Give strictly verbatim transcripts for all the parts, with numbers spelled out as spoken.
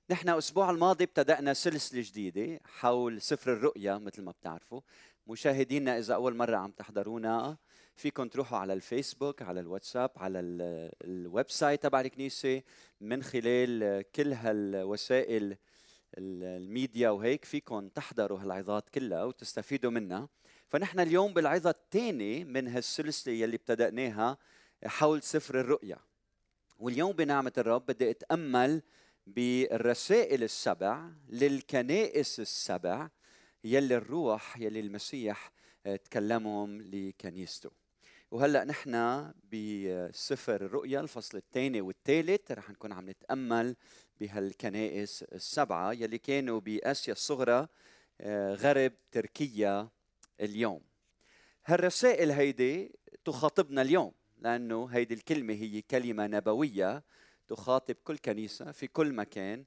نحن الأسبوع الماضي ابتدأنا سلسلة جديدة حول سفر الرؤيا مثل ما بتعرفوا. مشاهدينا إذا أول مرة عم تحضرونا فيكم تروحوا على الفيسبوك، على الواتساب، على ال- الويب سايت تبع الكنيسة. من خلال كل هالوسائل ال- الميديا وهيك فيكم تحضروا هالعظات كلها وتستفيدوا منها. فنحن اليوم بالعظة الثانية من هالسلسلة يلي ابتدأناها حول سفر الرؤيا. واليوم بنعمة الرب بدي أتأمل بالرسائل السبع للكنائس السبع يلي الروح يلي المسيح تكلمهم لكنيسته. وهلأ نحن بسفر الرؤيا الفصل الثاني والثالث رح نكون عم نتأمل بهالكنائس السبعة يلي كانوا بآسيا الصغرى غرب تركيا اليوم. هالرسائل هيدي تخاطبنا اليوم، لأنه هيدي الكلمة هي كلمة نبوية تخاطب كل كنيسة في كل مكان.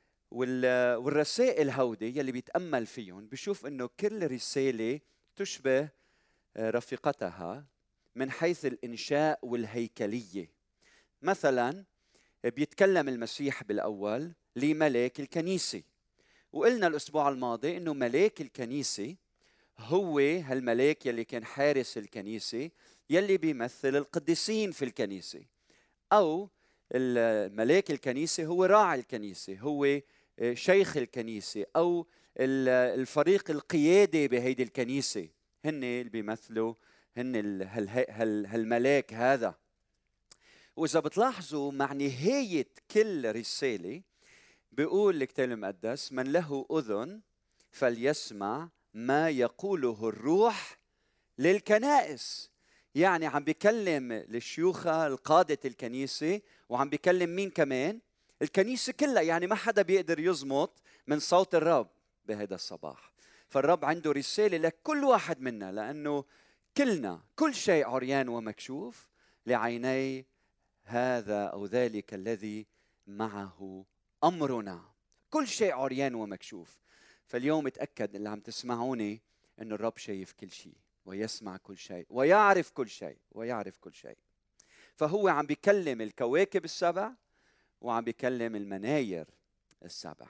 والرسائل هودي يلي بيتأمل فيهم بيشوف أنه كل رسالة تشبه رفيقتها من حيث الإنشاء والهيكلية. مثلا بيتكلم المسيح بالأول لملاك الكنيسة، وقلنا الأسبوع الماضي أنه ملاك الكنيسة هو هالملاك يلي كان حارس الكنيسة يلي بيمثل القديسين في الكنيسة، أو الملاك الكنيسة هو راعي الكنيسة، هو شيخ الكنيسة، أو الفريق القيادي بهيدي الكنيسة، هن اللي بيمثلوا هن هالملاك هذا. وإذا بتلاحظوا مع نهاية كل رسالة بيقول الكتاب المقدس من له أذن فليسمع ما يقوله الروح للكنائس. يعني عم بيكلم للشيوخة القادة الكنيسة، وعم بيكلم مين كمان؟ الكنيسة كلها. يعني ما حدا بيقدر يزمط من صوت الرب بهذا الصباح. فالرب عنده رسالة لكل واحد منا، لأنه كلنا كل شيء عريان ومكشوف لعيني هذا أو ذلك الذي معه أمرنا. كل شيء عريان ومكشوف. فاليوم اتأكد اللي عم تسمعوني أن الرب شايف كل شيء ويسمع كل شيء ويعرف كل شيء ويعرف كل شيء. فهو عم بيكلم الكواكب السبع وعم بيكلم المناير السبع.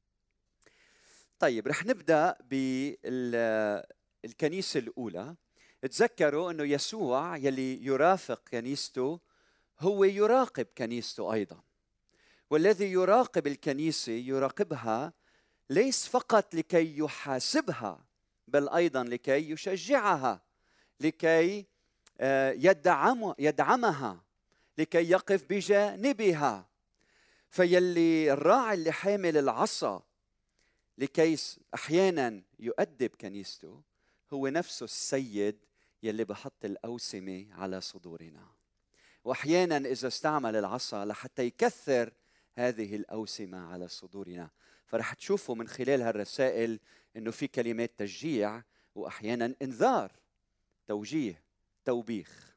طيب رح نبدأ بالكنيسة الأولى. تذكروا أنه يسوع يلي يرافق كنيسته هو يراقب كنيسته أيضا. والذي يراقب الكنيسة يراقبها ليس فقط لكي يحاسبها، بل أيضا لكي يشجعها، لكي يدعم يدعمها، لكي يقف بجانبها. فيلي الراعي اللي حامل العصا لكي أحيانا يؤدب كنيسته هو نفسه السيد يلي بحط الأوسمة على صدورنا. وأحيانا إذا استعمل العصا لحتى يكثر هذه الأوسمة على صدورنا. فرح تشوفوا من خلال هالرسائل إنه في كلمات تشجيع وأحيانا إنذار، توجيه، توبيخ.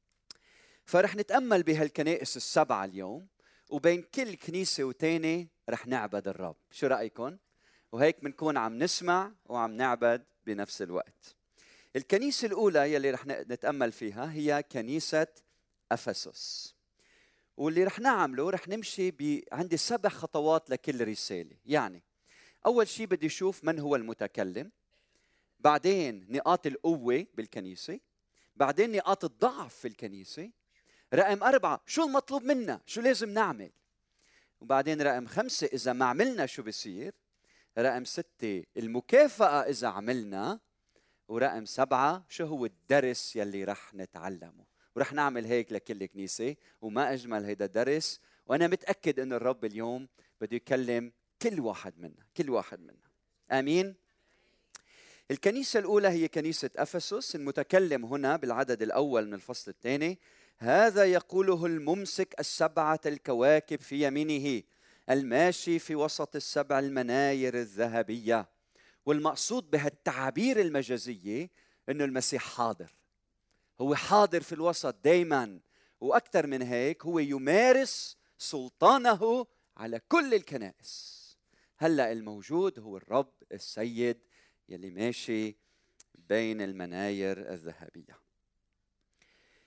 فرح نتأمل بهالكنائس السبعة اليوم، وبين كل كنيسة وتاني رح نعبد الرب. شو رأيكم؟ وهيك بنكون عم نسمع وعم نعبد بنفس الوقت. الكنيسة الأولى يلي رح نتأمل فيها هي كنيسة أفسس. واللي رح نعمله رح نمشي ب عندي سبع خطوات لكل رسالة. يعني أول شيء بدي أشوف من هو المتكلم، بعدين نقاط القوة بالكنيسة، بعدين نقاط الضعف في الكنيسة، رقم أربعة شو المطلوب منا، شو لازم نعمل، وبعدين رقم خمسة إذا ما عملنا شو بصير، رقم ستة المكافأة إذا عملنا، ورقم سبعة شو هو الدرس يلي رح نتعلمه. ورح نعمل هيك لكل كنيسة، وما أجمل هيدا الدرس. وأنا متأكد أن الرب اليوم بده يكلم كل واحد منا، كل واحد منا. آمين. الكنيسة الأولى هي كنيسة أفسس. المتكلم هنا بالعدد الأول من الفصل الثاني هذا يقوله الممسك السبعة الكواكب في يمينه الماشي في وسط السبع المناير الذهبية. والمقصود بهالتعابير المجازية أنه المسيح حاضر، هو حاضر في الوسط دايما، وأكثر من هيك هو يمارس سلطانه على كل الكنائس. هلأ الموجود هو الرب السيد يلي ماشي بين المناير الذهبية.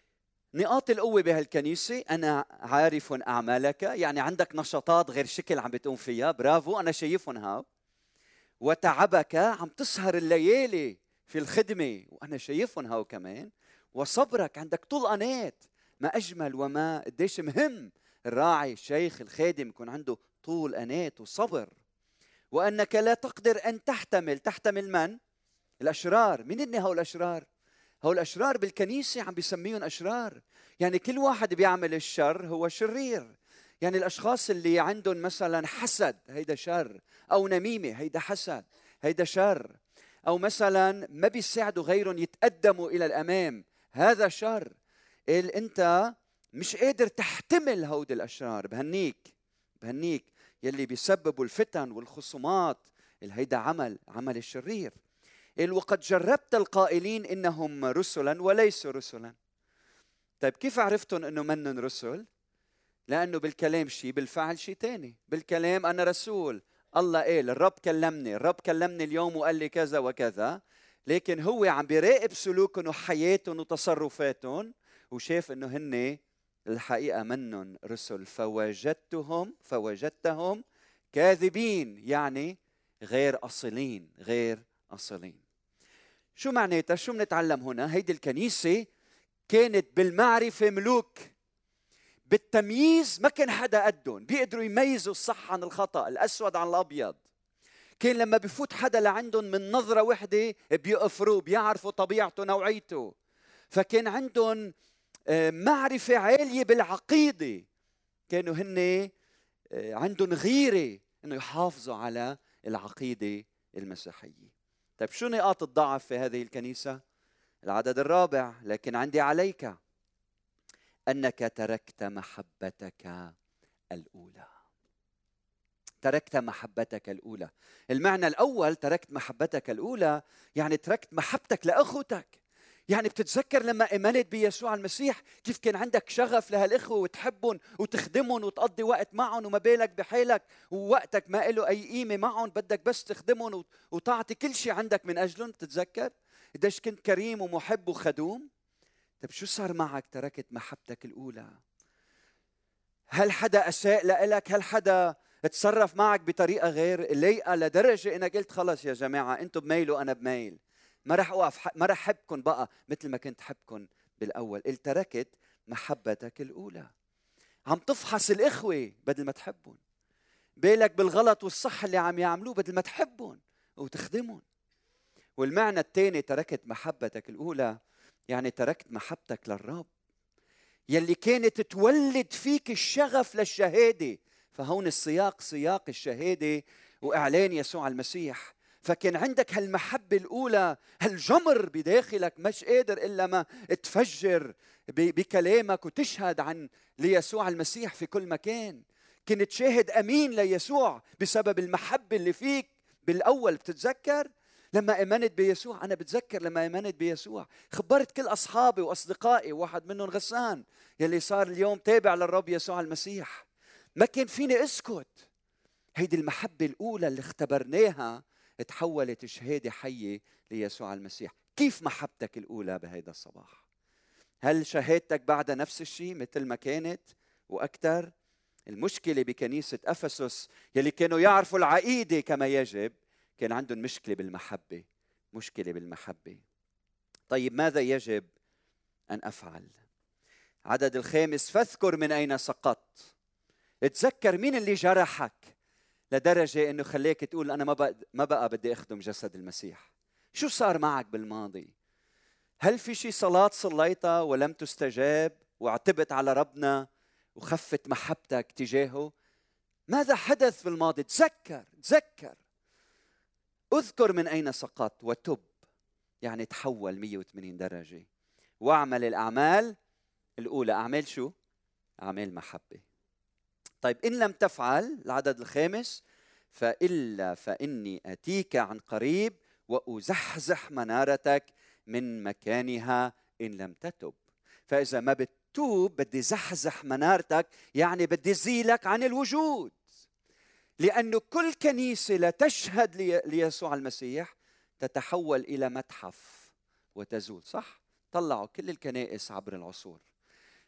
نقاط القوة بهالكنيسة، أنا عارف أعمالك، يعني عندك نشاطات غير شكل عم بتقوم فيها، برافو أنا شايفهم هاو. وتعبك، عم تسهر الليالي في الخدمة وأنا شايفهم هاو كمان. وصبرك، عندك طول أنات، ما أجمل وما قديش مهم الراعي الشيخ الخادم يكون عنده طول أنات وصبر. وأنك لا تقدر أن تحتمل، تحتمل من؟ الأشرار. مين هن هؤلاء الأشرار؟ هؤلاء الأشرار بالكنيسة عم بيسميهم أشرار، يعني كل واحد بيعمل الشر هو شرير. يعني الأشخاص اللي عندهم مثلا حسد، هيدا شر. أو نميمة، هيدا حسد، هيدا شر. أو مثلا ما بيساعدوا غيرهم يتقدموا إلى الأمام، هذا شر. اللي أنت مش قادر تحتمل هود الأشرار، بهنيك بهنيك يلي بيسببوا الفتن والخصومات، اللي هيدا عمل عمل الشرير. وقد جربت القائلين إنهم رسلا وليسوا رسلا. طيب كيف عرفتم إنه منن رسل؟ لأنه بالكلام شيء، بالفعل شيء تاني. بالكلام أنا رسول، الله قال، الرب كلمني، الرب كلمني اليوم وقال لي كذا وكذا. لكن هو عم بيراقب سلوكهم وحياتهم وتصرفاتهم، وشاف إنه هن الحقيقة منن رسل. فوجدتهم فوجدتهم كاذبين، يعني غير أصلين، غير أصلين. شو معناتها؟ شو بنتعلم هنا؟ هيدي الكنيسة كانت بالمعرفة ملوك، بالتمييز ما كان حدا قدهم، بيقدروا يميزوا الصح عن الخطأ، الأسود عن الأبيض. كان لما بفوت حدا لعندهم من نظرة واحدة بيقفروه، بيعرفوا طبيعته، نوعيته. فكان عندهم معرفة عالية بالعقيدة. كانوا هن عندهم غيرة إنه يحافظوا على العقيدة المسيحية. طيب شو نقاط الضعف في هذه الكنيسة؟ العدد الرابع: لكن عندي عليك أنك تركت محبتك الأولى. تركت محبتك الأولى. المعنى الأول تركت محبتك الأولى، يعني تركت محبتك لأخوتك. يعني بتتذكر لما آمنت بيسوع المسيح كيف كان عندك شغف لهالإخوة وتحبهم وتخدمهم وتقضي وقت معهم، وما بالك بحالك ووقتك ما له أي قيمة معهم، بدك بس تخدمهم وتعطي كل شيء عندك من أجلهم. بتتذكر قديش كنت كريم ومحب وخدوم؟ طيب شو صار معك؟ تركت محبتك الأولى. هل حدا أساء لك؟ هل حدا تصرف معك بطريقة غير لايقة لدرجة إنك قلت خلص يا جماعة أنتم بميل وأنا بميل، ما رح أوقف، ما رح أحبكم بقى مثل ما كنت أحبكم بالأول؟ قلت تركت محبتك الأولى. عم تفحص الإخوة بدل ما تحبهم، بالك بالغلط والصح اللي عم يعملوه بدل ما تحبهم وتخدمهم. والمعنى الثاني تركت محبتك الأولى، يعني تركت محبتك للرب يلي كانت تولد فيك الشغف للشهادة. فهون السياق سياق الشهادة وإعلان يسوع المسيح. فكان عندك هالمحبة الأولى، هالجمر بداخلك مش قادر إلا ما تفجر بكلامك وتشهد عن ليسوع المسيح في كل مكان. كنت شاهد أمين ليسوع بسبب المحبة اللي فيك بالأول. بتتذكر لما آمنت بيسوع؟ أنا بتذكر لما آمنت بيسوع خبرت كل أصحابي وأصدقائي، واحد منهم غسان يلي صار اليوم تابع للرب يسوع المسيح. ما كان فيني أسكت. هيدي المحبة الأولى اللي اختبرناها تحولت شهادة حية ليسوع المسيح. كيف محبتك الأولى بهيدا الصباح؟ هل شهادتك بعد نفس الشيء مثل ما كانت وأكثر؟ المشكلة بكنيسة أفسس يلي كانوا يعرفوا العقيدة كما يجب، كان عندهم مشكلة بالمحبة، مشكلة بالمحبة. طيب ماذا يجب أن أفعل؟ عدد الخامس: فاذكر من أين سقطت. اتذكر مين اللي جرحك لدرجة أنه خليك تقول أنا ما بقى, ما بقى بدي أخدم جسد المسيح. شو صار معك بالماضي؟ هل في شي صلاة صليتها ولم تستجاب واعتبت على ربنا وخفت محبتك تجاهه؟ ماذا حدث في الماضي؟ تذكر تذكر اذكر من أين سقطت وتب، يعني تحول مية وثمانين درجة واعمل الأعمال الأولى. أعمال شو؟ أعمال محبة. طيب إن لم تفعل، العدد الخامس: فإلا فإني أتيك عن قريب وأزحزح منارتك من مكانها إن لم تتب. فإذا ما بتتوب بدي زحزح منارتك، يعني بدي زيلك عن الوجود. لأنه كل كنيسة لا تشهد ليسوع المسيح تتحول إلى متحف وتزول. صح؟ طلعوا كل الكنائس عبر العصور،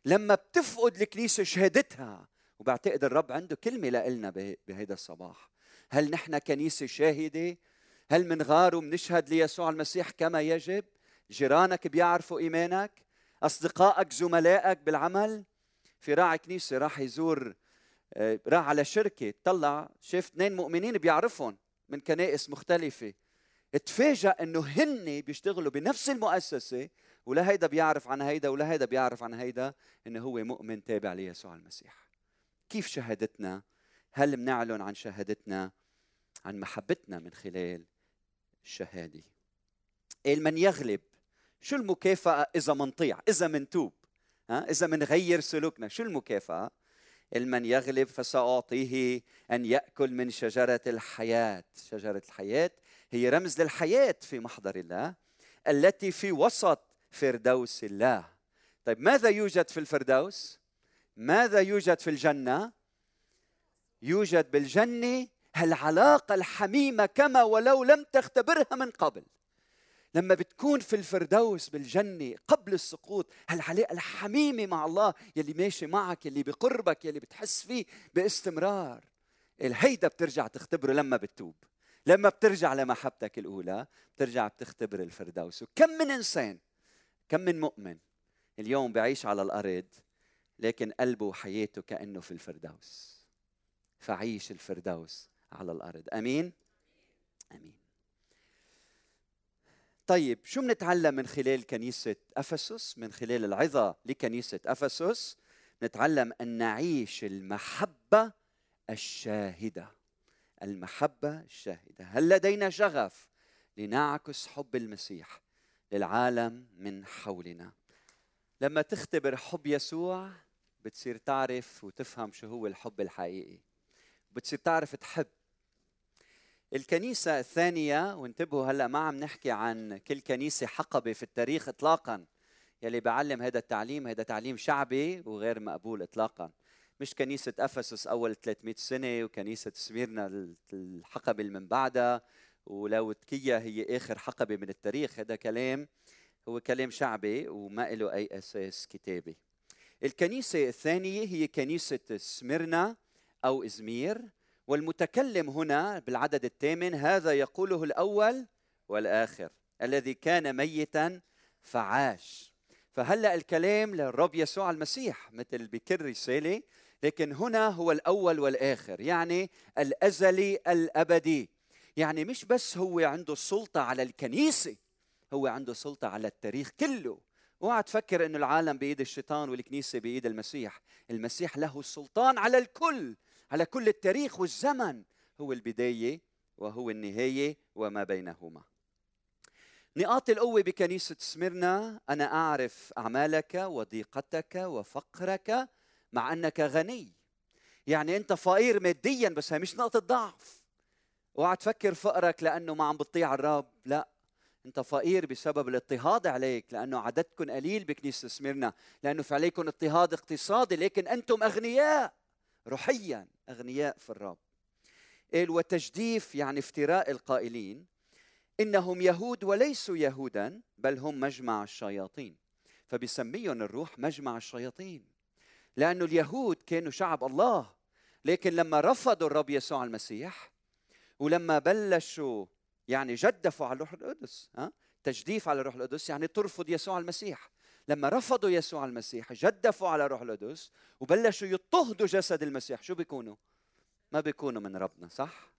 لما بتفقد الكنيسة شهادتها. وبعتقد الرب عنده كلمة لنا بهذا الصباح. هل نحن كنيسة شاهدة؟ هل منغار ومنشهد ليسوع المسيح كما يجب؟ جيرانك بيعرفوا إيمانك؟ أصدقائك، زملائك بالعمل؟ في راعي كنيسة راح يزور، راح على شركة، طلع شاف اثنين مؤمنين بيعرفهم من كنائس مختلفة. اتفاجأ انه هن بيشتغلوا بنفس المؤسسة، ولا هيدا بيعرف عن هيدا ولا هيدا بيعرف عن هيدا انه هو مؤمن تابع ليسوع المسيح. كيف شهادتنا؟ هل منعلن عن شهادتنا عن محبتنا من خلال الشهادة؟ من يغلب، شو المكافأة إذا منطيع، إذا منتوب، ها؟ إذا منغير سلوكنا، شو المكافأة؟ من يغلب فسأعطيه أن يأكل من شجرة الحياة. شجرة الحياة هي رمز للحياة في محضر الله التي في وسط فردوس الله. طيب ماذا يوجد في الفردوس؟ ماذا يوجد في الجنة؟ يوجد بالجنة هالعلاقة الحميمة كما ولو لم تختبرها من قبل. لما بتكون في الفردوس بالجنة قبل السقوط، هالعلاقة الحميمة مع الله يلي ماشي معك، يلي بقربك، يلي بتحس فيه باستمرار، الهيدا بترجع تختبره لما بتتوب. لما بترجع لمحبتك الأولى بترجع بتختبر الفردوس. وكم من إنسان، كم من مؤمن اليوم بعيش على الأرض لكن قلبه وحياته كأنه في الفردوس. فعيش الفردوس على الأرض. أمين؟ أمين. طيب شو منتعلم من خلال كنيسة أفسس؟ من خلال العظة لكنيسة أفسس نتعلم أن نعيش المحبة الشاهدة. المحبة الشاهدة. هل لدينا شغف لنعكس حب المسيح للعالم من حولنا؟ لما تختبر حب يسوع بتصير تعرف وتفهم شو هو الحب الحقيقي، بتصير تعرف تحب. الكنيسة الثانية، وانتبهوا هلأ ما عم نحكي عن كل كنيسة حقبة في التاريخ إطلاقاً، يلي بعلم هذا التعليم هذا تعليم شعبي وغير مقبول إطلاقاً. مش كنيسة أفسس أول ثلاثمئة سنة وكنيسة سميرنا الحقبة اللي من بعدها ولاودكية هي آخر حقبة من التاريخ. هذا كلام هو كلام شعبي وما له أي أساس كتابي. الكنيسة الثانية هي كنيسة سميرنا أو إزمير، والمتكلم هنا بالعدد الثامن هذا يقوله الأول والآخر الذي كان ميتا فعاش. فهلأ الكلام للرب يسوع المسيح مثل بكل رسالة، لكن هنا هو الأول والآخر، يعني الأزلي الأبدي. يعني مش بس هو عنده السلطة على الكنيسة، هو عنده سلطة على التاريخ كله. اوعى تفكر انه العالم بإيد الشيطان والكنيسة بإيد المسيح. المسيح له السلطان على الكل، على كل التاريخ والزمن. هو البداية وهو النهاية وما بينهما. نقاط القوة بكنيسة سميرنا: أنا أعرف أعمالك وضيقتك وفقرك مع أنك غني. يعني أنت فقير ماديا بس هي مش نقطة ضعف. اوعى تفكر فقرك لأنه ما عم بتطيع الرب، لا، أنت فقير بسبب الاضطهاد عليك، لأنه عددكم قليل بكنيسة سميرنا، لأنه في عليكم اضطهاد اقتصادي، لكن أنتم أغنياء روحيا، أغنياء في الرب. قال وتجديف يعني افتراء القائلين إنهم يهود وليسوا يهودا بل هم مجمع الشياطين. فبيسميهم الروح مجمع الشياطين، لأنه اليهود كانوا شعب الله، لكن لما رفضوا الرب يسوع المسيح ولما بلشوا يعني جدفوا على الروح القدس، ها؟ تجديف على الروح القدس يعني ترفض يسوع المسيح. لما رفضوا يسوع المسيح جدفوا على الروح القدس وبلشوا يضطهدوا جسد المسيح، شو بيكونوا؟ ما بيكونوا من ربنا، صح؟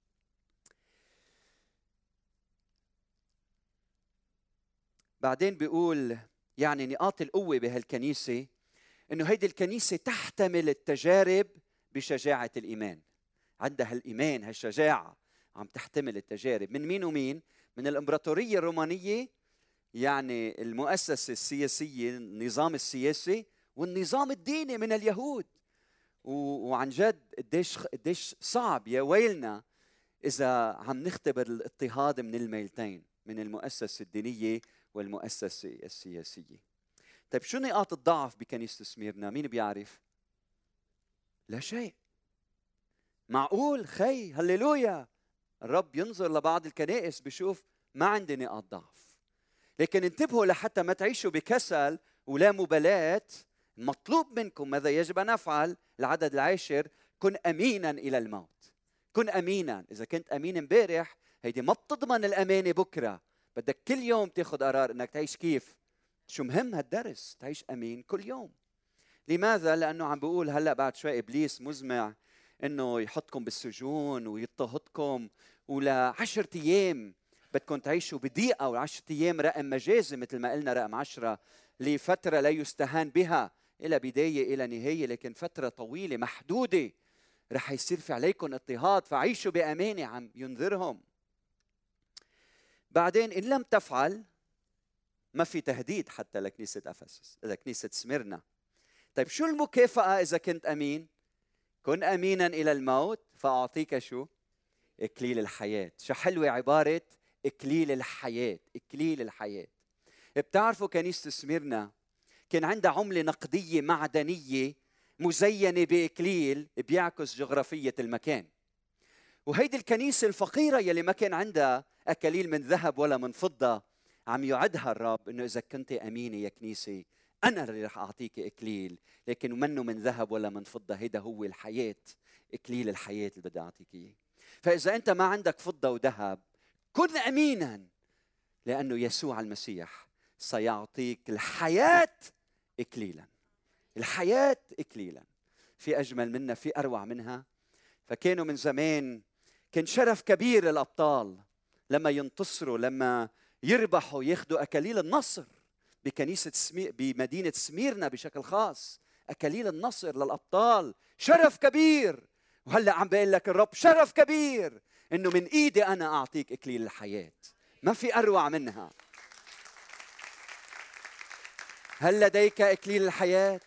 بعدين بيقول يعني نقاط القوة بهالكنيسة إنه هيدي الكنيسة تحتمل التجارب بشجاعة الإيمان. عندها الإيمان، هالشجاعة عم تحتمل التجارب. من مين ومين؟ من الإمبراطورية الرومانية، يعني المؤسسة السياسية، النظام السياسي والنظام الديني من اليهود. وعن جد قديش قديش صعب، يا ويلنا إذا عم نختبر الاضطهاد من الميلتين، من المؤسسة الدينية والمؤسسة السياسية. طيب شو نقاط الضعف بكنيسة سميرنا؟ مين بيعرف؟ لا شيء. معقول خي؟ هللويا. الرب ينظر لبعض الكنائس بشوف ما عندي نقاط ضعف. لكن انتبهوا لحتى ما تعيشوا بكسل ولا مبالاة. مطلوب منكم ماذا يجب أن أفعل. العدد العاشر: كن أمينا إلى الموت. كن أمينا. إذا كنت أمين امبارح، هيدي ما بتضمن الأمانة بكرة. بدك كل يوم تاخذ قرار إنك تعيش كيف. شو مهم هالدرس، تعيش أمين كل يوم. لماذا؟ لأنه عم بيقول هلأ بعد شوي إبليس مزمع إنه يحطكم بالسجون ويضطهدكم، ولا عشرة أيام بدكم تعيشوا بضيقة، والعشرة أيام رقم مجازي مثل ما قلنا، رقم عشرة لفترة لا يستهان بها، إلى بداية إلى نهاية، لكن فترة طويلة محدودة رح يصير في عليكم اضطهاد، فعيشوا بأمانة. عم ينذرهم. بعدين إن لم تفعل، ما في تهديد حتى لكنيسة أفسس، لكنيسة سميرنا. طيب شو المكافأة إذا كنت أمين؟ كن أمينا إلى الموت فأعطيك شو؟ إكليل الحياة. شو حلوة عبارة إكليل الحياة، إكليل الحياة. بتعرفوا كنيسة سميرنا كان عندها عملة نقدية معدنية مزينة بإكليل بيعكس جغرافية المكان. وهيدي الكنيسة الفقيرة يلي ما كان عندها أكاليل من ذهب ولا من فضة، عم يعدها الرب إنه إذا كنت أمينة يا كنيسة، أنا اللي رح أعطيك إكليل، لكن منه من ذهب ولا من فضة، هيدا هو الحياة، إكليل الحياة اللي بدي أعطيك إياه. فإذا أنت ما عندك فضة وذهب، كن أمينا، لأنه يسوع المسيح سيعطيك الحياة إكليلا. الحياة إكليلا. في أجمل منها، في أروع منها. فكانوا من زمان كان شرف كبير للأبطال لما ينتصروا، لما يربحوا، ياخذوا أكاليل النصر بكنيسة سمي... بمدينة سميرنا بشكل خاص. أكاليل النصر للأبطال شرف كبير. وهلأ عم بقول لك الرب شرف كبير إنه من إيدي أنا أعطيك إكليل الحياة. ما في أروع منها. هل لديك إكليل الحياة؟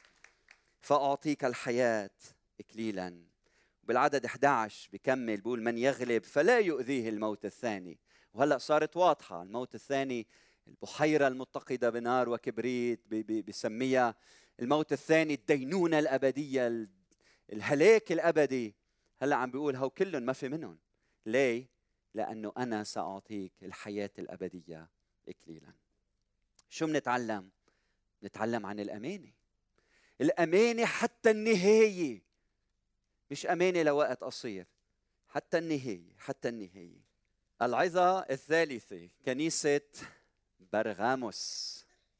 فأعطيك الحياة إكليلا. بالعدد أحد عشر بكمل بقول: من يغلب فلا يؤذيه الموت الثاني. وهلأ صارت واضحة. الموت الثاني البحيرة المتقدة بنار وكبريت بسميها. الموت الثاني الدينونة الأبدية، الهلاك الأبدي. هلأ عم بيقول هو كلهم ما في منهم. ليه؟ لأنه أنا سأعطيك الحياة الأبدية إكليلا. شو منتعلم؟ نتعلم عن الأمانة. الأمانة حتى النهاية، مش أمانة لوقت قصير، حتى النهاية، حتى النهاية. العظة الثالثة: كنيسة برغاموس.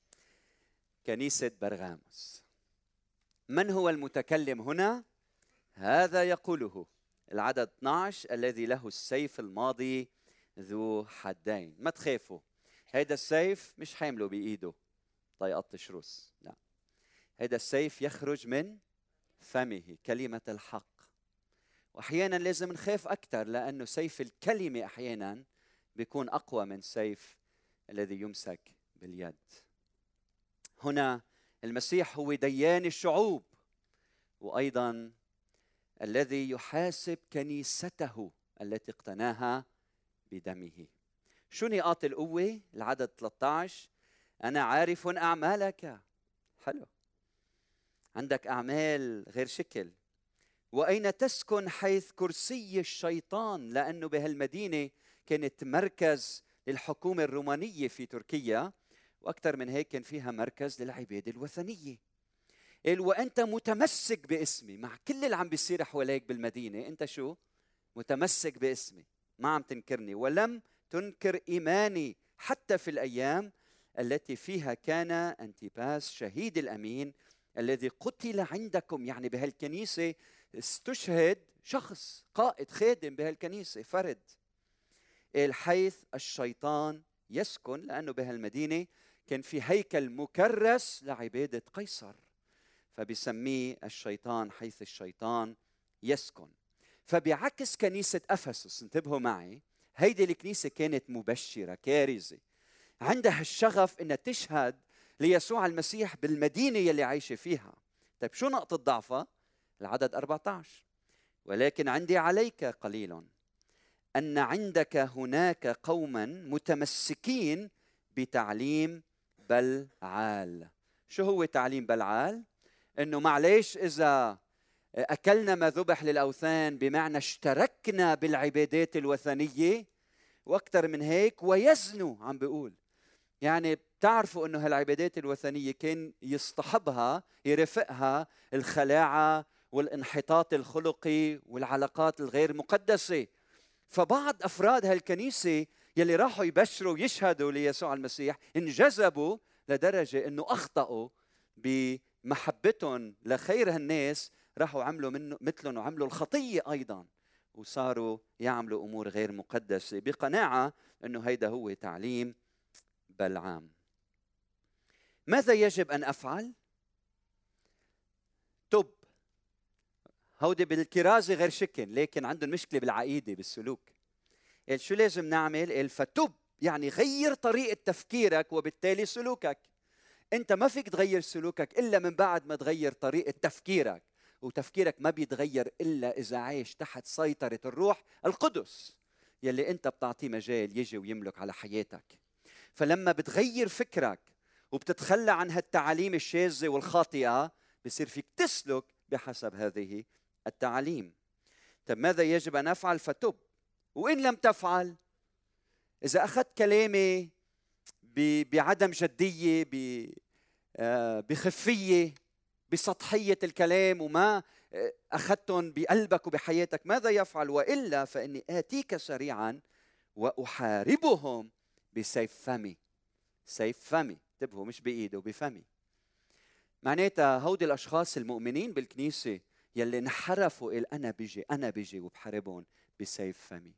كنيسة برغاموس. من هو المتكلم هنا؟ هذا يقوله العدد اثني عشر: الذي له السيف الماضي ذو حدين. ما تخافوا، هيدا السيف مش حامله بإيده طيقة شروس، لا، هيدا السيف يخرج من فمه، كلمة الحق. وأحيانا لازم نخاف أكثر، لأنه سيف الكلمة أحيانا بيكون أقوى من سيف الذي يمسك باليد. هنا المسيح هو ديان الشعوب، وأيضا الذي يحاسب كنيسته التي اقتناها بدمه. شو نقاط القوة؟ العدد ثلاثة عشر: أنا عارف أعمالك. حلو، عندك أعمال غير شكل. وأين تسكن؟ حيث كرسي الشيطان، لأنه بهالمدينة كانت مركز للحكومة الرومانية في تركيا، وأكثر من هيك كان فيها مركز للعبادة الوثنية. قال: وأنت متمسك باسمي. مع كل اللي عم بيصير حواليك بالمدينة، أنت شو؟ متمسك باسمي، ما عم تنكرني، ولم تنكر إيماني حتى في الأيام التي فيها كان أنتيباس شهيد الأمين الذي قتل عندكم. يعني بهالكنيسة استشهد شخص، قائد خادم بهالكنيسة، فرد. الحيث الشيطان يسكن، لأنه بهالمدينة كان في هيكل مكرس لعبادة قيصر، فبيسميه الشيطان حيث الشيطان يسكن. فبعكس كنيسة أفسس، انتبهوا معي، هيدي الكنيسة كانت مبشرة كارزة، عندها الشغف إنها تشهد ليسوع المسيح بالمدينة يلي عايشة فيها. طيب شو نقطة ضعفها؟ العدد أربعة عشر: ولكن عندي عليك قليل أن عندك هناك قوما متمسكين بتعليم بلعال. شو هو تعليم بلعال؟ إنه معليش إذا أكلنا ما ذبح للأوثان، بمعنى اشتركنا بالعبادات الوثنية، وأكثر من هيك ويزنوا. عم بيقول يعني بتعرفوا أنه هالعبادات الوثنية كان يصطحبها يرافقها الخلاعة والانحطاط الخلقي والعلاقات الغير مقدسة. فبعض أفراد هالكنيسة يلي راحوا يبشروا ويشهدوا ليسوع المسيح انجذبوا لدرجة أنه أخطأوا بمحبتهم لخير هالناس، راحوا عملوا منه مثلهم وعملوا الخطية أيضا، وصاروا يعملوا أمور غير مقدسة بقناعة أنه هيدا هو تعليم بلعام. ماذا يجب أن أفعل؟ تب. هودي بالكرازة غير شكل، لكن عندهم مشكلة بالعقيدة بالسلوك. قال شو لازم نعمل؟ قال فتب، يعني غير طريقة تفكيرك وبالتالي سلوكك. أنت ما فيك تغير سلوكك إلا من بعد ما تغير طريقة تفكيرك، وتفكيرك ما بيتغير إلا إذا عايش تحت سيطرة الروح القدس يلي أنت بتعطيه مجال يجي ويملك على حياتك. فلما بتغير فكرك وبتتخلى عن هالتعاليم الشاذة والخاطئة، بصير فيك تسلك بحسب هذه التعاليم. طب ماذا يجب أن أفعل؟ فتب. وإن لم تفعل، إذا أخذت كلامي بعدم جدية، بخفية، بسطحية الكلام، وما أخذتهم بقلبك وبحياتك، ماذا يفعل؟ وإلا فإني آتيك سريعا وأحاربهم بسيف فمي. سيف فمي، انتبهوا، مش بإيده، بفمي. معناتها هودي الأشخاص المؤمنين بالكنيسة يلي انحرفوا قال أنا بيجي أنا بيجي وبحاربهم بسيف فمي.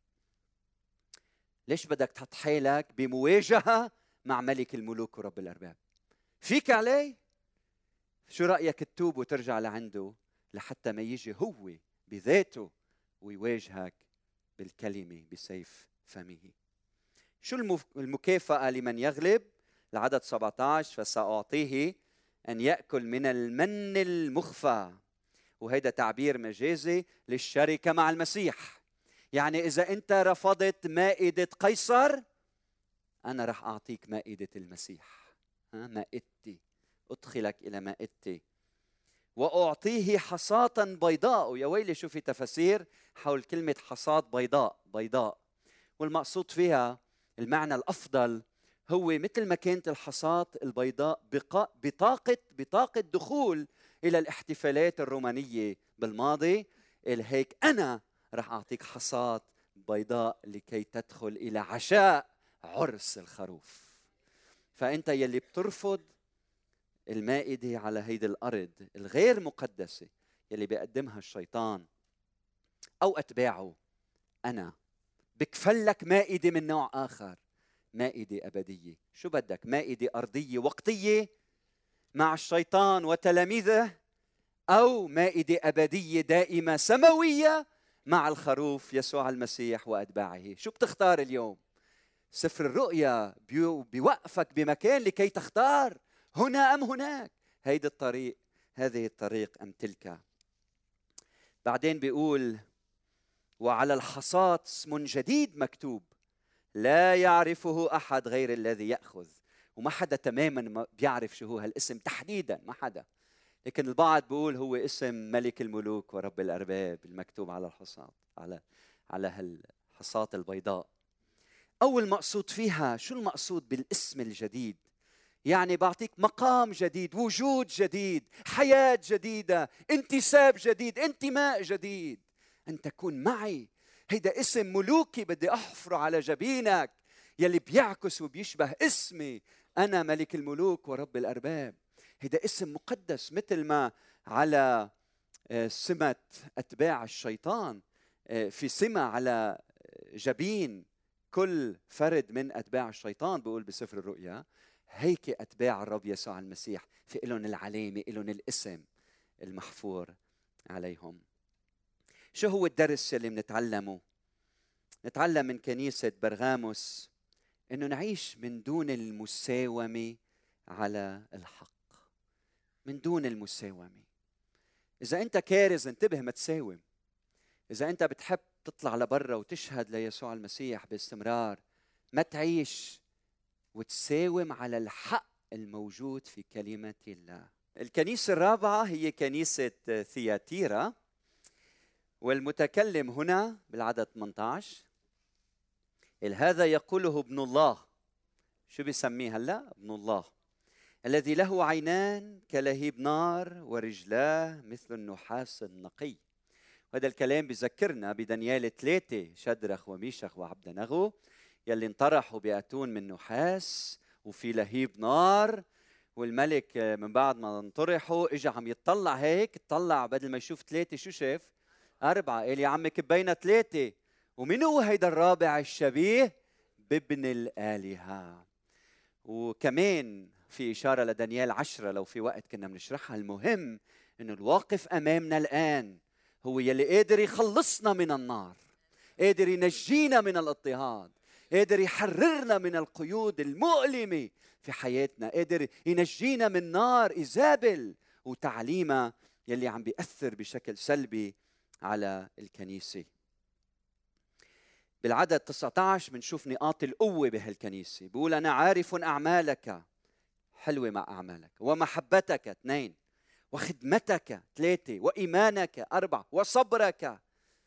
ليش بدك تحط حالك بمواجهة مع ملك الملوك ورب الأرباب؟ فيك عليه؟ شو رأيك تتوب وترجع لعنده لحتى ما يجي هو بذاته ويواجهك بالكلمة بسيف فمه. شو المكافأة لمن يغلب؟ العدد سبعة عشر، فسأعطيه أن يأكل من المن المخفى. وهذا تعبير مجازي للشركة مع المسيح. يعني إذا أنت رفضت مائدة قيصر، أنا رح أعطيك مائدة المسيح. ها، مائدتي، أدخلك إلى مائدتي. وأعطيه حصاة بيضاء. ويا ويلي شو في تفاسير حول كلمة حصاة بيضاء بيضاء، والمقصود فيها المعنى الأفضل هو مثل ما كانت الحصاة البيضاء بطاقة بطاقة دخول إلى الاحتفالات الرومانية بالماضي، هيك أنا رح أعطيك حصاة بيضاء لكي تدخل إلى عشاء عرس الخروف. فأنت يلي بترفض المائدة على هيدي الأرض الغير مقدسة يلي بيقدمها الشيطان أو أتباعه، أنا بكفلك مائدة من نوع آخر، مائدة أبدية. شو بدك؟ مائدة أرضية وقتية مع الشيطان وتلاميذه، أو مائدة أبدية دائمة سماوية مع الخروف يسوع المسيح وأتباعه؟ شو بتختار اليوم؟ سفر الرؤيا بيوقفك بمكان لكي تختار هنا أم هناك، هيدا الطريق، هذه الطريق أم تلك. بعدين بيقول وعلى الحصاة اسم جديد مكتوب لا يعرفه أحد غير الذي يأخذ. وما حدا تماما بيعرف شو هو هالاسم تحديدا، ما حدا، لكن البعض بيقول هو اسم ملك الملوك ورب الأرباب المكتوب على الحصاة، على على هالحصاة البيضاء. أول مقصود فيها، شو المقصود بالاسم الجديد؟ يعني بعطيك مقام جديد، وجود جديد، حياة جديدة، انتساب جديد، انتماء جديد، أن تكون معي. هيدا اسم ملوكي بدي أحفره على جبينك يلي بيعكس وبيشبه اسمي، أنا ملك الملوك ورب الأرباب. هيدا اسم مقدس، مثل ما على سمة أتباع الشيطان في سمة على جبين كل فرد من أتباع الشيطان، بيقول بسفر الرؤيا، هيك أتباع الرب يسوع المسيح في إلهم العلامة، إلهم الاسم المحفور عليهم. شو هو الدرس اللي بنتعلمه؟ نتعلم من كنيسة برغاموس إنه نعيش من دون المساومة على الحق، من دون المساومة. إذا أنت كارز انتبه ما تساوم. إذا أنت بتحب تطلع لبرا وتشهد ليسوع المسيح باستمرار، ما تعيش وتساوم على الحق الموجود في كلمة الله. الكنيسة الرابعة هي كنيسة ثياتيرا، والمتكلم هنا بالعدد ثمانية عشر هذا يقوله ابن الله. شو بيسميه هلا؟ ابن الله الذي له عينان كلهيب نار ورجلاه مثل النحاس النقي. وهذا الكلام بذكرنا بدانيال ثلاثة، شدرخ وميشخ وعبدنغو يلي انطرحوا بأتون من نحاس وفي لهيب نار، والملك من بعد ما انطرحوا اجى عم يتطلع هيك، اطلع بدل ما يشوف ثلاثة شو شاف؟ أربعة. قال يا عمي كبينا ثلاثة، ومين هو هيدا الرابع الشبيه؟ بابن الآلهة. وكمان في إشارة لدانيال عشرة، لو في وقت كنا بنشرحها. المهم إنه الواقف أمامنا الآن هو يلي قادر يخلصنا من النار، قادر ينجينا من الاضطهاد، قادر يحررنا من القيود المؤلمة في حياتنا، قادر ينجينا من نار إيزابل وتعليمها يلي عم بيأثر بشكل سلبي على الكنيسة. بالعدد تسعة عشر بنشوف نقاط القوة بهالكنيسة. بيقول أنا عارف أعمالك، حلوة مع أعمالك، ومحبتك اثنين، وخدمتك ثلاثة، وإيمانك أربعة، وصبرك،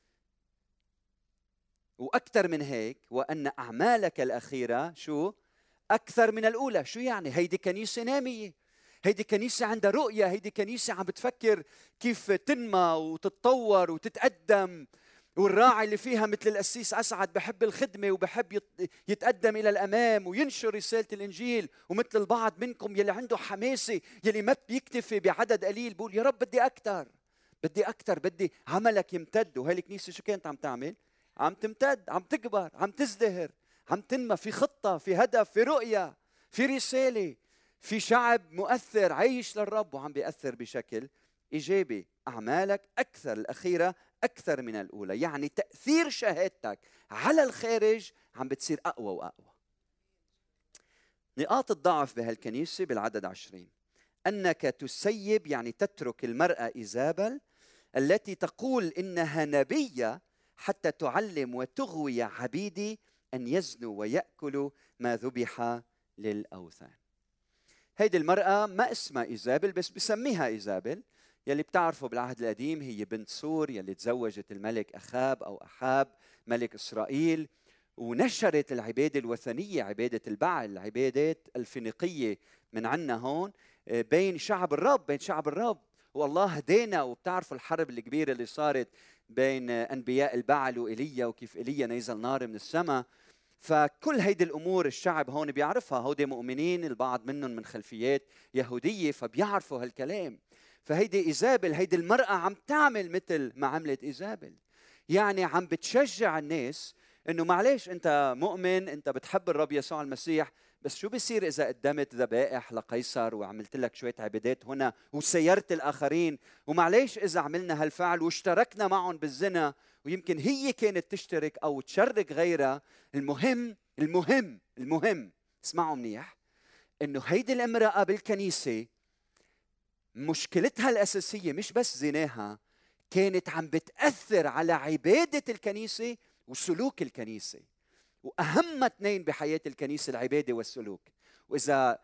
وأكثر من هيك وأن أعمالك الأخيرة شو؟ أكثر من الأولى. شو يعني؟ هيدي كنيسة نامية، هيدي كنيسة عندها رؤية، هيدي كنيسة عم بتفكر كيف تنمى وتتطور وتتقدم. والراعي اللي فيها مثل القسيس أسعد بحب الخدمة وبحب يتقدم إلى الأمام وينشر رسالة الإنجيل، ومثل البعض منكم يلي عنده حماسة، يلي ما بيكتفي بعدد قليل، بقول يا رب بدي أكثر، بدي أكثر، بدي عملك يمتد. وهي الكنيسة شو كانت عم تعمل؟ عم تمتد، عم تكبر، عم تزدهر، عم تنمى، في خطة، في هدف، في رؤية، في رسالة، في شعب مؤثر عايش للرب وعم بيأثر بشكل إيجابي. أعمالك أكثر، الأخيرة أكثر من الأولى، يعني تأثير شهادتك على الخارج عم بتصير أقوى وأقوى. نقاط الضعف بهالكنيسة بالعدد عشرين: أنك تسيب، يعني تترك المرأة إيزابل التي تقول إنها نبية حتى تعلم وتغوي عبيدي أن يزنوا ويأكلوا ما ذبح للأوثان. هيدي المرأة ما اسمها إيزابل، بس بسميها إيزابل. يلي بتعرفوا بالعهد القديم هي بنت سور يلي تزوجت الملك أخاب أو أحاب ملك إسرائيل، ونشرت العبادة الوثنية، عبادة البعل، العبادات الفينيقية من عنا هون بين شعب الرب، بين شعب الرب. والله هدينا. وبتعرفوا الحرب الكبيرة اللي صارت بين أنبياء البعل وإيليا، وكيف إيليا نزل نار من السماء. فكل هيدي الأمور الشعب هون بيعرفها، هودي مؤمنين البعض منهم من خلفيات يهودية فبيعرفوا هالكلام. فهيدي إيزابل، هيدي المرأة عم تعمل مثل ما عملت إيزابل، يعني عم بتشجع الناس إنه معلش أنت مؤمن، أنت بتحب الرب يسوع المسيح، بس شو بيصير إذا قدمت ذبائح لقيصر وعملت لك شوية عبادات هنا وسيرت الآخرين، ومعلش إذا عملنا هالفعل واشتركنا معهم بالزنا، ويمكن هي كانت تشترك أو تشرك غيرها. المهم المهم المهم اسمعوا منيح، إنه هيدي الامرأة بالكنيسة مشكلتها الأساسية مش بس زناها، كانت عم بتأثر على عبادة الكنيسة وسلوك الكنيسة. وأهم اثنين بحياة الكنيسة العبادة والسلوك. وإذا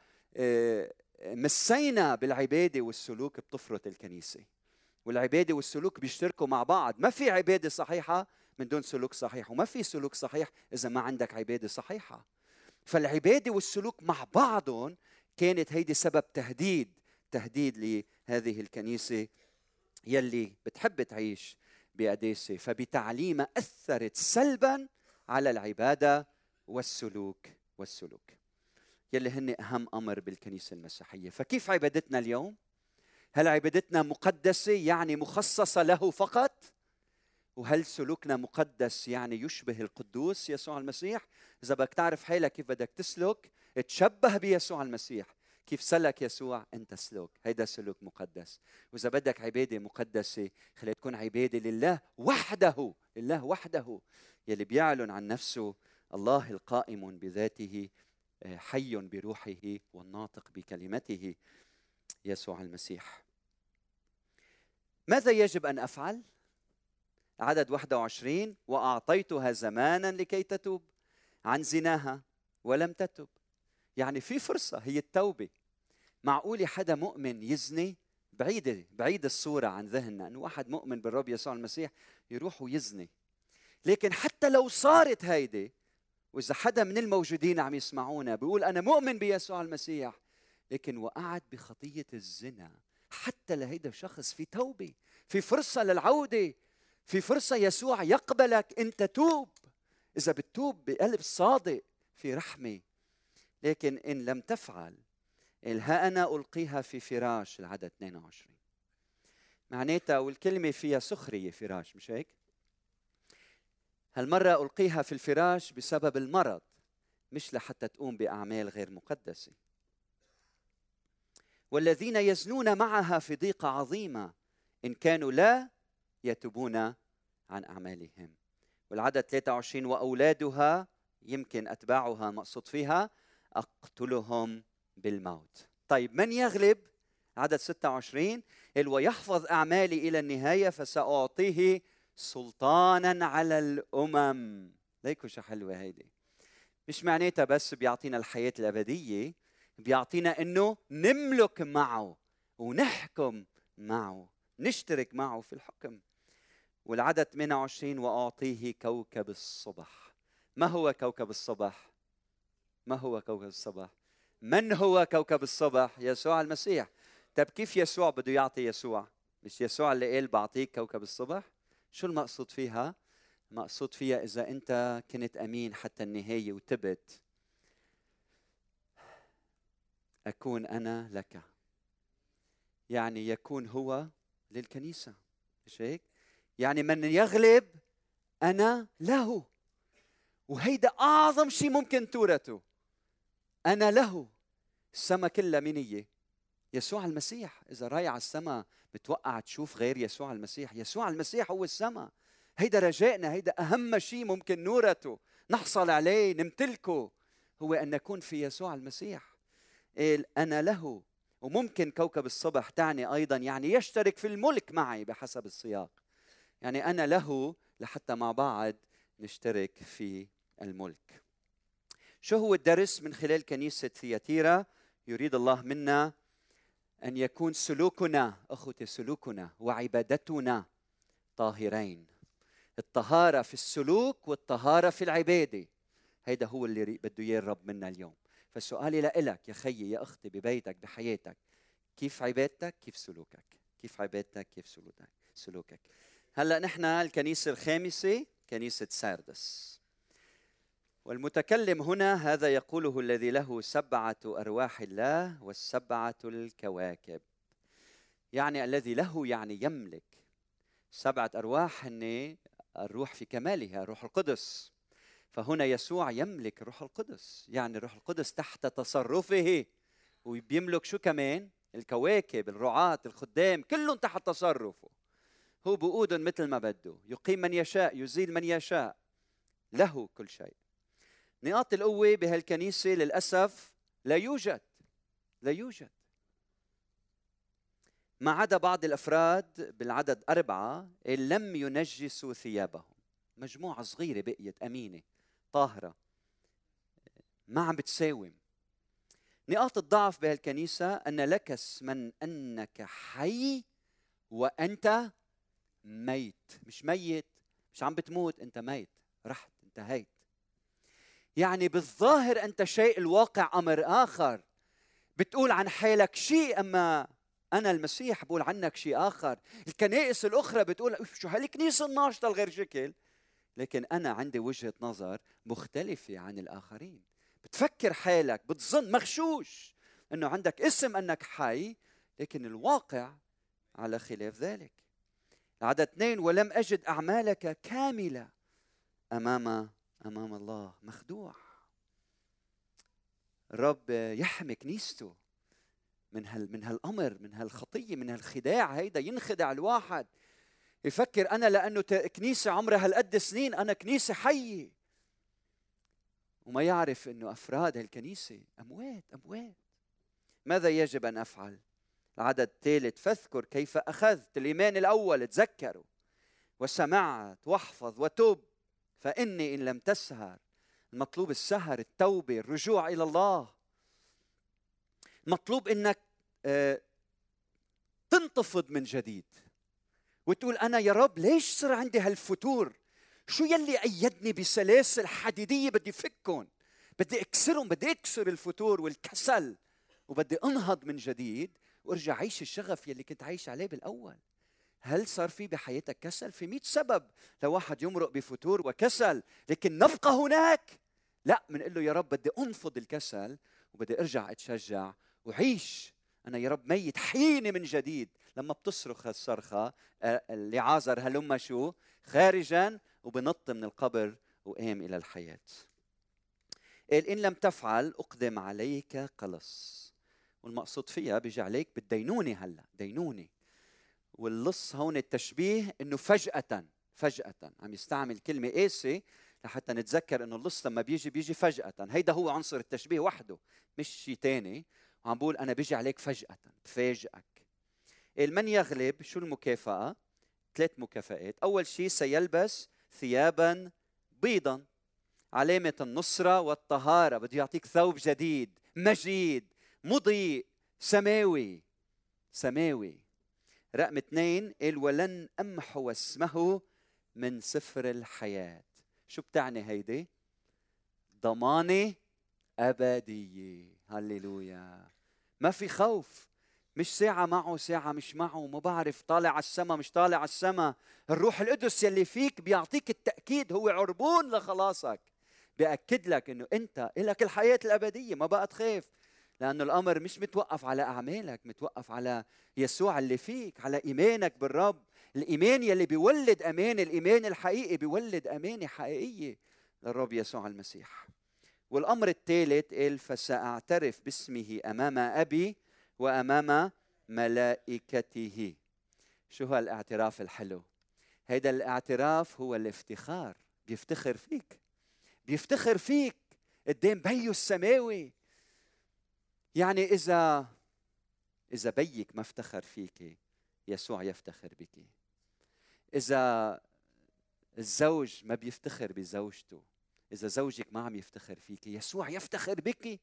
مسينا بالعبادة والسلوك بتفرط الكنيسة. والعبادة والسلوك بيشتركوا مع بعض. ما في عبادة صحيحة من دون سلوك صحيح، وما في سلوك صحيح إذا ما عندك عبادة صحيحة. فالعبادة والسلوك مع بعضهم كانت هيدي سبب تهديد تهديد لهذه الكنيسة يلي بتحب تعيش بقداسة. فبتعليمها أثرت سلباً على العبادة والسلوك والسلوك يلي هن أهم أمر بالكنيسة المسيحية. فكيف عبادتنا اليوم؟ هل عبادتنا مقدسة يعني مخصصة له فقط؟ وهل سلوكنا مقدس يعني يشبه القدوس يسوع المسيح؟ إذا بدك تعرف حالك كيف بدك تسلك، تشبه بيسوع المسيح. كيف سلك يسوع أنت سلوك، هيدا سلوك مقدس. وإذا بدك عبادة مقدسة خلي تكون عبادة لله وحده، لله وحده يلي بيعلن عن نفسه الله القائم بذاته، حي بروحه والناطق بكلمته، يسوع المسيح. ماذا يجب أن أفعل؟ عدد واحد وعشرين: وأعطيتها زمانا لكي تتوب عن زناها ولم تتب. يعني في فرصة، هي التوبة. معقول حدا مؤمن يزني؟ بعيدة بعيد الصورة عن ذهننا أنه واحد مؤمن بالرب يسوع المسيح يروح ويزني. لكن حتى لو صارت هيدي وإذا حدا من الموجودين عم يسمعونا بيقول أنا مؤمن بيسوع المسيح لكن وقعت بخطية الزنا، حتى لهيدا الشخص في توبة، في فرصة للعودة، في فرصة يسوع يقبلك. أنت توب، إذا بتتوب بقلب صادق في رحمة. لكن إن لم تفعل، ها أنا ألقيها في فراش، العدد اثنين وعشرين. معناتها والكلمة فيها سخرية، فراش مش هيك؟ هالمرة ألقيها في الفراش بسبب المرض، مش لحتى تقوم بأعمال غير مقدسة. والذين يزنون معها في ضيقة عظيمة إن كانوا لا يتوبون عن أعمالهم. والعدد ثلاثة وعشرين وأولادها يمكن أتباعها مقصود فيها أقتلهم بالموت. طيب من يغلب؟ عدد ستة وعشرين ويحفظ أعمالي إلى النهاية فسأعطيه سلطانا على الأمم. ليكوا شو حلوة هيدي. مش معناتها بس بيعطينا الحياة الأبدية، بيعطينا إنه نملك معه ونحكم معه، نشترك معه في الحكم. والعدد ثمانية وعشرين وأعطيه كوكب الصبح. ما هو كوكب الصبح؟ ما هو كوكب الصبح؟ من هو كوكب الصبح؟ يسوع المسيح. طب كيف يسوع بده يعطي يسوع؟ مش يسوع اللي قال بعطيك كوكب الصبح؟ شو المقصود فيها؟ المقصود فيها إذا أنت كنت أمين حتى النهاية وتبت، أكون أنا لك. يعني يكون هو للكنيسة، مش هيك؟ يعني من يغلب أنا له. وهيدا أعظم شيء ممكن تورثه. أنا له. السما كلها مين هي؟ يسوع المسيح. إذا رايح على السما بتوقع تشوف غير يسوع المسيح. يسوع المسيح هو السما. هيدا رجائنا، هيدا أهم شيء ممكن نورثه، نحصل عليه، نمتلكه، هو أن نكون في يسوع المسيح. أنا له. وممكن كوكب الصبح تعني أيضا يعني يشترك في الملك معي بحسب السياق. يعني أنا له لحتى مع بعض نشترك في الملك. شو هو الدرس من خلال كنيسة ثياتيرا؟ يريد الله منا أن يكون سلوكنا، أخوتي، سلوكنا وعبادتنا طاهرين. الطهارة في السلوك والطهارة في العبادة، هيدا هو اللي بده إياه الرب منا اليوم. فسؤالي لإلك يا خيي يا أختي، ببيتك بحياتك، كيف عبادتك؟ كيف سلوكك؟ كيف عبادتك؟ كيف سلوكك؟ سلوكك. هلأ نحن الكنيسة الخامسة، كنيسة ساردس. والمتكلم هنا هذا يقوله الذي له سبعة أرواح الله والسبعة الكواكب. يعني الذي له يعني يملك. سبعة أرواح هن الروح في كمالها، الروح القدس. فهنا يسوع يملك الروح القدس، يعني الروح القدس تحت تصرفه. وبيملك شو كمان؟ الكواكب، الرعاة، الخدام، كلهم تحت تصرفه. هو بقودهم مثل ما بده، يقيم من يشاء، يزيل من يشاء، له كل شيء. نقاط القوة بهالكنيسة للأسف لا يوجد، لا يوجد، ما عدا بعض الأفراد بالعدد أربعة لم ينجسوا ثيابهم. مجموعة صغيرة بقيت أمينة طاهرة ما عم بتساوم. نقاط الضعف بهالكنيسة أن لك اسما أنك حي وأنت ميت. مش ميت، مش عم بتموت، أنت ميت، رحت، انتهيت. يعني بالظاهر أنت شيء، الواقع أمر آخر. بتقول عن حالك شيء، أما أنا المسيح بقول عنك شيء آخر. الكنائس الأخرى بتقول شو هالكنيسة الناشطة الغير شكل، لكن أنا عندي وجهة نظر مختلفة عن الآخرين. بتفكر حالك، بتظن مغشوش أنه عندك اسم أنك حي، لكن الواقع على خلاف ذلك. عدد اثنين ولم أجد أعمالك كاملة أمام أمام الله. مخدوع. الرب يحمي كنيسته من هال من هالأمر، من هالخطية، من هالخداع. هيدا ينخدع الواحد، يفكر أنا لأنه كنيسة عمرها هالقد سنين أنا كنيسة حية، وما يعرف أنه أفراد هالكنيسة أموات أموات. ماذا يجب أن أفعل؟ العدد الثالث فاذكر كيف أخذت الإيمان الأول. تذكروا وسمعت واحفظ وتوب، فإني إن لم تسهر. المطلوب السهر، التوبة، الرجوع إلى الله. مطلوب إنك تنتفض من جديد وتقول أنا يا رب ليش صار عندي هالفتور؟ شو يلي قيدني بسلاسل حديدية بدي فكهم، بدي اكسرهم، بدي اكسر الفتور والكسل، وبدي انهض من جديد وارجع عيش الشغف يلي كنت عايش عليه بالاول. هل صار في بحياتك كسل؟ في مئة سبب لواحد يمرق بفتور وكسل، لكن نبقى هناك؟ لا، بنقول له يا رب بدي انفض الكسل وبدي ارجع اتشجع وعيش. انا يا رب ميت، حيني من جديد. لما بتصرخ هالصرخه لعازر هلم شو خارجا، وبنط من القبر وقام الى الحياه. قال ان لم تفعل اقدم عليك قلص. والمقصود فيها بيجي عليك بالدينونه. هلا دينونه، واللص هون التشبيه انه فجأة فجأة، عم يستعمل كلمة قاسي لحتى نتذكر انه اللص لما بيجي بيجي فجأة. هيدا هو عنصر التشبيه وحده، مش شيء ثاني. وعم بقول انا بيجي عليك فجأة، بفاجئك. من يغلب، شو المكافأة؟ ثلاث مكافآت. اول شيء سيلبس ثيابا بيضا، علامة النصرة والطهارة. بده يعطيك ثوب جديد مجيد مضيء سماوي سماوي. رقم اثنين قال ولن أمحو اسمه من سفر الحياة. شو بتعني هيدي؟ ضمانة أبدية. هللويا. ما في خوف، مش ساعة معه ساعة مش معه، ما بعرف، طالع على السما مش طالع على السما. الروح القدس يلي فيك بيعطيك التأكيد، هو عربون لخلاصك، بيأكد لك انه انت إلك الحياة الأبدية، ما بقى تخاف. لأنه الأمر مش متوقف على أعمالك، متوقف على يسوع اللي فيك، على إيمانك بالرب. الإيمان يلي بيولد أمان، الإيمان الحقيقي بيولد أمانة حقيقية للرب يسوع المسيح. والأمر الثالث قال فسأعترف باسمه أمام أبي وأمام ملائكته. شو هالاعتراف الحلو؟ هيدا الاعتراف هو الافتخار. بيفتخر فيك، بيفتخر فيك قدام بيه السماوي. يعني إذا إذا بيك ما افتخر فيك، يسوع يفتخر بك. إذا الزوج ما بيفتخر بزوجته، إذا زوجك ما عم يفتخر فيك، يسوع يفتخر بك.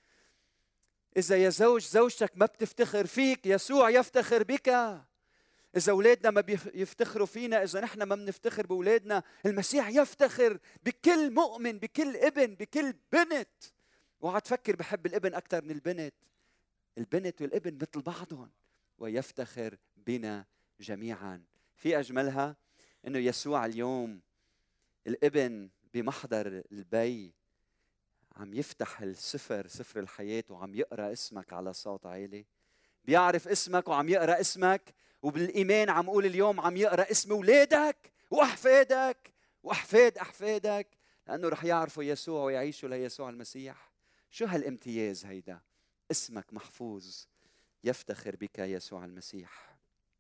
إذا يا زوج زوجتك ما بتفتخر فيك، يسوع يفتخر بك. إذا أولادنا ما بيفتخروا فينا، إذا نحن ما بنفتخر بأولادنا، المسيح يفتخر بكل مؤمن، بكل ابن، بكل بنت. وعاد تفكر بحب الابن أكثر من البنت. البنت والابن مثل بعضهم، ويفتخر بنا جميعا. في أجملها إنه يسوع اليوم الابن بمحضر البي عم يفتح السفر، سفر الحياة، وعم يقرأ اسمك على صوت عالي. بيعرف اسمك وعم يقرأ اسمك، وبالإيمان عم قول اليوم عم يقرأ اسم أولادك وأحفادك وأحفاد أحفادك، لأنه رح يعرفوا يسوع ويعيشوا ليسوع المسيح. شو هالامتياز هيدا؟ اسمك محفوظ، يفتخر بك يسوع المسيح.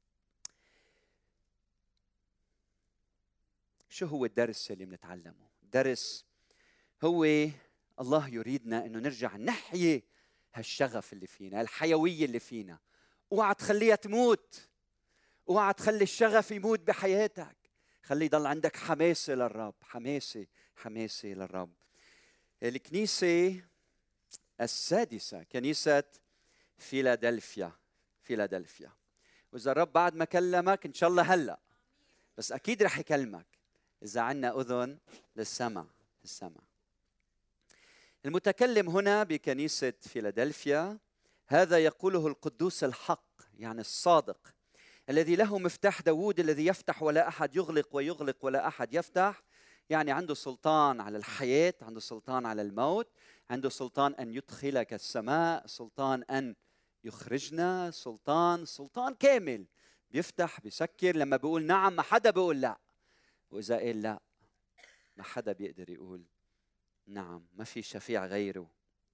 شو هو الدرس اللي بنتعلمه؟ الدرس هو الله يريدنا انه نرجع نحيي هالشغف اللي فينا، الحيوية اللي فينا. اوعى تخليها تموت، اوعى تخلي الشغف يموت بحياتك. خلي يضل عندك حماسة للرب، حماسة حماسة للرب. الكنيسة السادسة كنيسة فيلادلفيا، فيلادلفيا. وإذا الرب بعد ما كلمك إن شاء الله هلأ، بس أكيد رح يكلمك إذا عنا أذن للسمع. السمع. المتكلم هنا بكنيسة فيلادلفيا هذا يقوله القدوس الحق، يعني الصادق، الذي له مفتاح داوود الذي يفتح ولا أحد يغلق ويغلق ولا أحد يفتح. يعني عنده سلطان على الحياة، عنده سلطان على الموت، عنده سلطان أن يدخلك السماء، سلطان أن يخرجنا، سلطان سلطان كامل. بيفتح بيسكر. لما بيقول نعم ما حدا بيقول لا، وإذا قال لا ما حدا بيقدر يقول نعم. ما في شفيع غيره.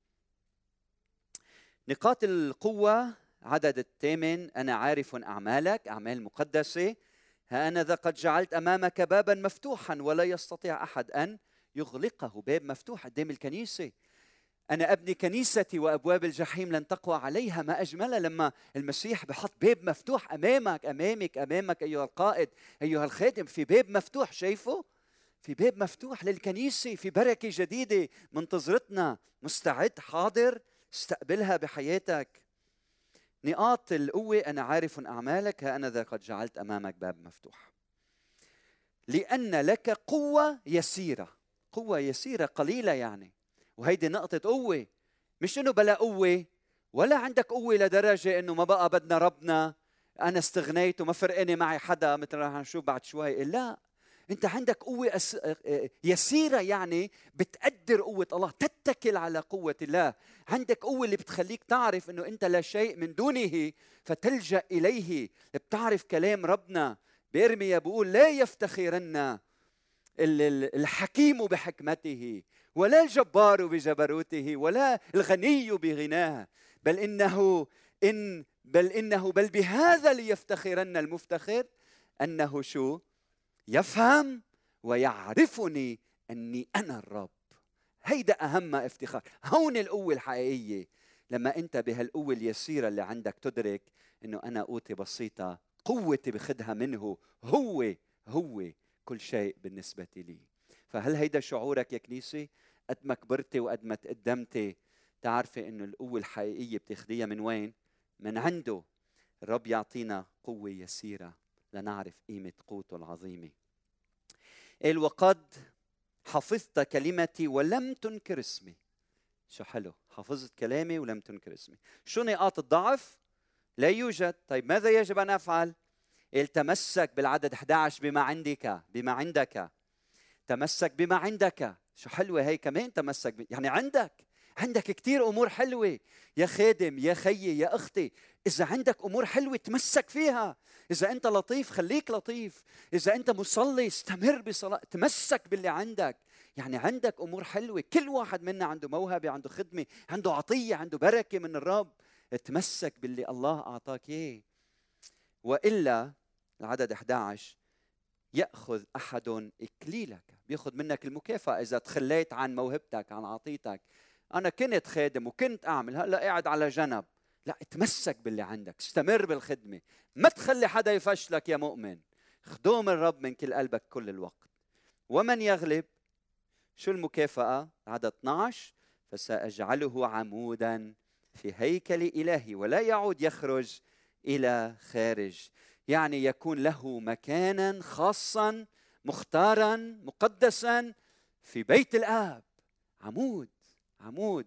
نقاط القوة عدد الثامن، أنا عارف أعمالك، أعمال مقدسة. ها أنا ذا قد جعلت أمامك بابا مفتوحا ولا يستطيع أحد أن يغلقه. باب مفتوح قدام الكنيسة. أنا أبني كنيستي وأبواب الجحيم لن تقوى عليها. ما أجملها لما المسيح بحط باب مفتوح أمامك، أمامك، أمامك أيها القائد، أيها الخادم. في باب مفتوح، شايفه؟ في باب مفتوح للكنيسة، في بركة جديدة منتظرتنا. مستعد، حاضر، استقبلها بحياتك. نقاط القوة، أنا عارف أعمالك، ها أنا ذا قد جعلت أمامك باب مفتوح. لأن لك قوة يسيرة. قوة يسيرة قليلة يعني، وهيدي نقطة قوة، مش إنه بلا قوة، ولا عندك قوة لدرجة إنه ما بقى بدنا ربنا، أنا استغنيت وما فرقني معي حدا مثل رح نشوف بعد شوي. لا، أنت عندك قوة أس... يسيرة، يعني بتقدر قوة الله، تتكل على قوة الله. عندك قوة اللي بتخليك تعرف إنه أنت لا شيء من دونه فتلجأ إليه. بتعرف كلام ربنا بإرميا بيقول لا يفتخرن الحكيم بحكمته، ولا الجبار بجبروته، ولا الغني بغناه، بل إنه إن بل إنه بل بهذا ليفتخرن المفتخر، أنه شو؟ يفهم ويعرفني أني أنا الرب. هيدا أهم افتخار. هون القوة الحقيقية، لما أنت بهالقوة اليسيرة اللي عندك تدرك أنه أنا قوتي بسيطة، قوتي بخدها منه، هو هو كل شيء بالنسبة لي. فهل هيدا شعورك يا كنيسة؟ قد ما كبرتي وقد ما تقدمتي تعرفي أنه القوة الحقيقية بتاخديها من وين؟ من عنده. الرب يعطينا قوة يسيرة لنعرف قيمة قوته العظيمة. قال وقد حفظت كلمتي ولم تنكر اسمي. شو حلو، حفظت كلامي ولم تنكر اسمي. شو نقاط الضعف؟ لا يوجد. طيب ماذا يجب أن أفعل؟ قال تمسك بالعدد أحد عشر بما عندك بما عندك تمسك بما عندك. شو حلوة هي كمان، تمسك ب... يعني عندك عندك كتير أمور حلوة يا خادم يا خيي يا أختي. إذا عندك أمور حلوة تمسك فيها. إذا أنت لطيف خليك لطيف. إذا أنت مصلي استمر بصلاة، تمسك باللي عندك. يعني عندك أمور حلوة، كل واحد منا عنده موهبة، عنده خدمة، عنده عطية، عنده بركة من الرب. تمسك باللي الله أعطاك إياه. وإلا العدد أحد عشر يأخذ أحد إكليلك، بيأخذ منك المكافأة إذا تخليت عن موهبتك عن عطيتك. أنا كنت خادم وكنت أعمل، هلأ قاعد على جنب. لا، تمسك باللي عندك، استمر بالخدمة، ما تخلي حدا يفشلك يا مؤمن. خدوم الرب من كل قلبك كل الوقت. ومن يغلب، شو المكافأة؟ عدد اثنا عشر فسأجعله عمودا في هيكل إلهي ولا يعود يخرج إلى خارج. يعني يكون له مكانا خاصا مختارا مقدسا في بيت الآب. عمود عمود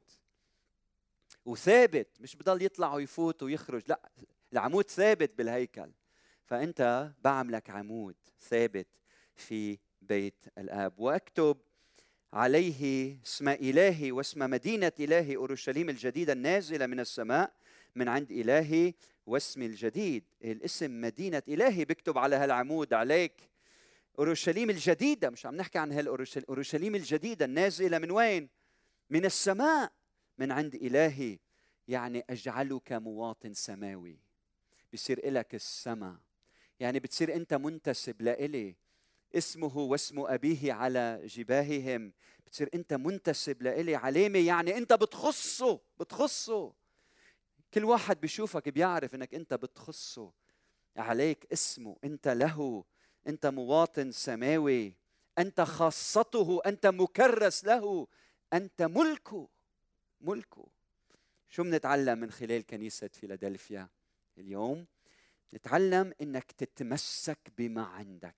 وثابت، مش بضل يطلع ويفوت ويخرج، لا، العمود ثابت بالهيكل. فأنت بعملك عمود ثابت في بيت الآب. وأكتب عليه اسم إلهي واسم مدينة إلهي أورشليم الجديدة النازلة من السماء من عند إلهي، واسم الجديد. الاسم مدينة إلهي بكتب على هالعمود عليك. أورشليم الجديدة، مش عم نحكي عن هالأورشليم، أورشليم الجديدة النازلة من وين؟ من السماء من عند إلهي. يعني أجعلك مواطن سماوي، بصير إلك السماء، يعني بتصير أنت منتسب لإلي. اسمه واسم أبيه على جباههم، بتصير أنت منتسب لإلي. علامة يعني أنت بتخصه بتخصه كل واحد بيشوفك بيعرف أنك أنت بتخصه، عليك اسمه، أنت له، أنت مواطن سماوي، أنت خاصته، أنت مكرس له، أنت ملكه ملكه. شو منتعلم من خلال كنيسة فيلادلفيا اليوم؟ نتعلم أنك تتمسك بما عندك.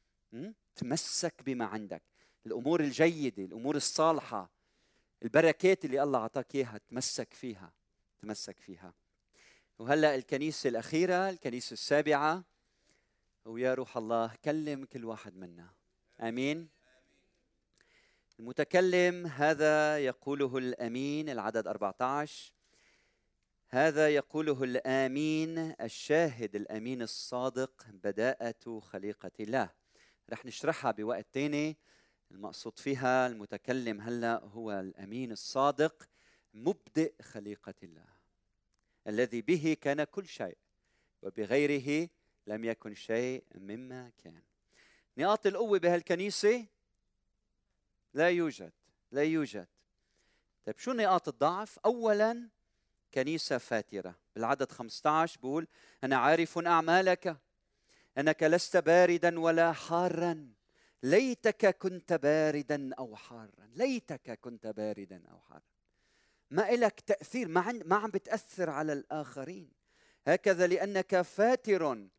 تمسك بما عندك، الأمور الجيدة، الأمور الصالحة، البركات اللي الله أعطاك إياها، تمسك فيها تمسك فيها. وهلأ الكنيسة الأخيرة، الكنيسة السابعة، ويا روح الله كلم كل واحد منا. آمين. المتكلم هذا يقوله الأمين، العدد أربعة عشر، هذا يقوله الآمين الشاهد الأمين الصادق بداءة خليقة الله. رح نشرحها بوقت تاني. المقصود فيها المتكلم هلأ هو الأمين الصادق مبدئ خليقة الله، الذي به كان كل شيء وبغيره لم يكن شيء مما كان. نقاط القوة بهالكنيسة لا يوجد لا يوجد. طيب شو نقاط الضعف؟ أولاً كنيسة فاترة. بالعدد خمسة عشر بقول أنا عارف أعمالك أنك لست باردا ولا حارا. ليتك كنت باردا أو حارا، ليتك كنت باردا أو حارا. ما إلك تأثير، ما عم, ما عم بتأثر على الآخرين. هكذا لأنك فاتر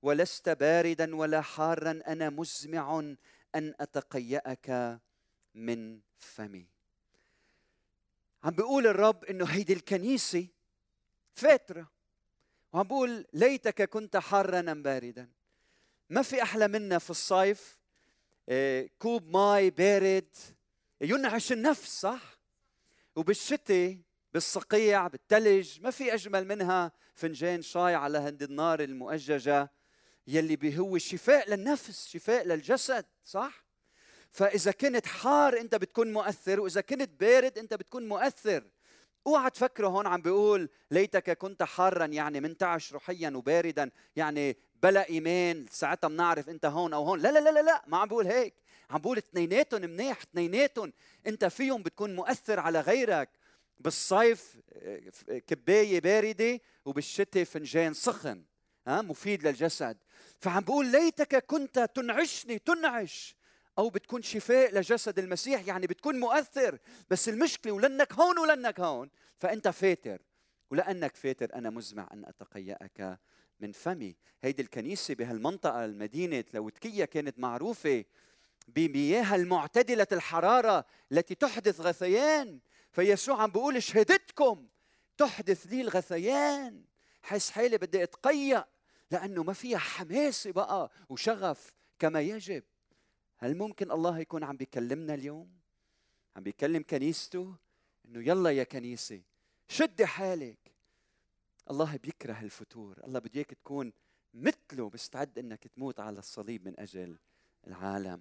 ولست باردا ولا حارا، أنا مزمع أن أتقيأك من فمي. عم بيقول الرب إنه هيدي الكنيسة فترة، وعم بقول ليتك كنت حارا أم باردا. ما في أحلى منا في الصيف كوب ماء بارد ينعش النفس، صح؟ وبالشتاء بالصقيع بالثلج ما في أجمل منها فنجان شاي على هند النار المؤججة يلي هو شفاء للنفس، شفاء للجسد، صح؟ فإذا كنت حار أنت بتكون مؤثر، وإذا كنت بارد أنت بتكون مؤثر. اوعى تفكروا هون عم بيقول ليتك كنت حارا يعني منتعش روحيا، وباردا يعني بلا ايمان ساعتها بنعرف انت هون او هون. لا لا لا لا لا، ما عم بقول هيك. عم بقول اثنيناتهم منيح، اثنيناتهم انت فيهم بتكون مؤثر على غيرك. بالصيف كبايه بارده، وبالشتاء فنجان سخن ها مفيد للجسد. فعم بقول ليتك كنت تنعشني، تنعش أو بتكون شفاء لجسد المسيح، يعني بتكون مؤثر. بس المشكلة ولنك هون ولنك هون فأنت فاتر، ولأنك فاتر أنا مزمع أن أتقيأك من فمي. هيدي الكنيسة بهالمنطقة المدينة لودكية كانت معروفة بمياه المعتدلة الحرارة التي تحدث غثيان. فيسوع عم بيقول شهادتكم تحدث لي الغثيان، حس حالي بدي أتقيأ لأنه ما فيها حماسة بقى وشغف كما يجب. هل ممكن الله يكون عم بيكلمنا اليوم؟ عم بيكلم كنيسته انه يلا يا كنيسة شدي حالك. الله بيكره الفتور، الله بده اياك تكون مثله مستعد انك تموت على الصليب من اجل العالم.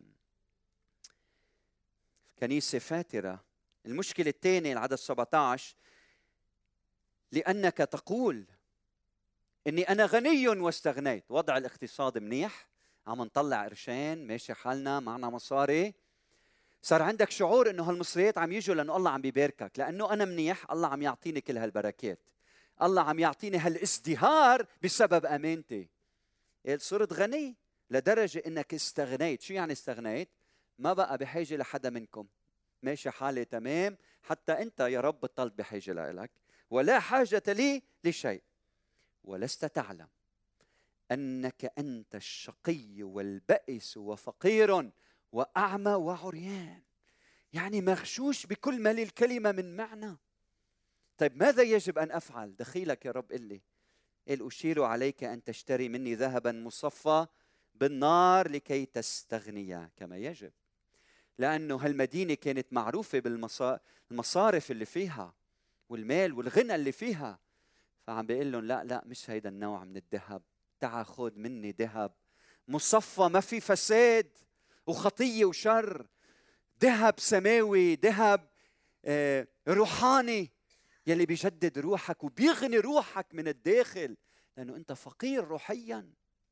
كنيسة فاترة. المشكلة الثانية العدد سبعة عشر، لأنك تقول إني أنا غني واستغنيت. وضع الاقتصاد منيح، عم نطلع قرشين، ماشي حالنا، معنا مصاري. صار عندك شعور إنه هالمصريات عم يجوا لأنه الله عم بيباركك، لأنه أنا منيح الله عم يعطيني كل هالبركات، الله عم يعطيني هالازدهار بسبب أمانتي. صرت غني لدرجة إنك استغنيت. شو يعني استغنيت؟ ما بقى بحاجة لحدا منكم، ماشي حالي تمام، حتى أنت يا رب بطلت بحاجة لإلك، ولا حاجة لي لشيء. ولست تعلم أنك أنت الشقي والبئس وفقير وأعمى وعريان. يعني مغشوش بكل ما للكلمة من معنى. طيب ماذا يجب أن أفعل؟ دخيلك يا رب قل لي. قل أشير عليك أن تشتري مني ذهبا مصفى بالنار لكي تستغني كما يجب. لأنه هالمدينة كانت معروفة بالمصارف اللي فيها والمال والغنى اللي فيها. فعم بيقول لهم لا لا، مش هيدا النوع من الذهب، تعا خذ مني ذهب مصفى ما في فساد وخطية وشر، ذهب سماوي، ذهب آه روحاني يلي بيجدد روحك وبيغني روحك من الداخل، لأنه أنت فقير روحيا.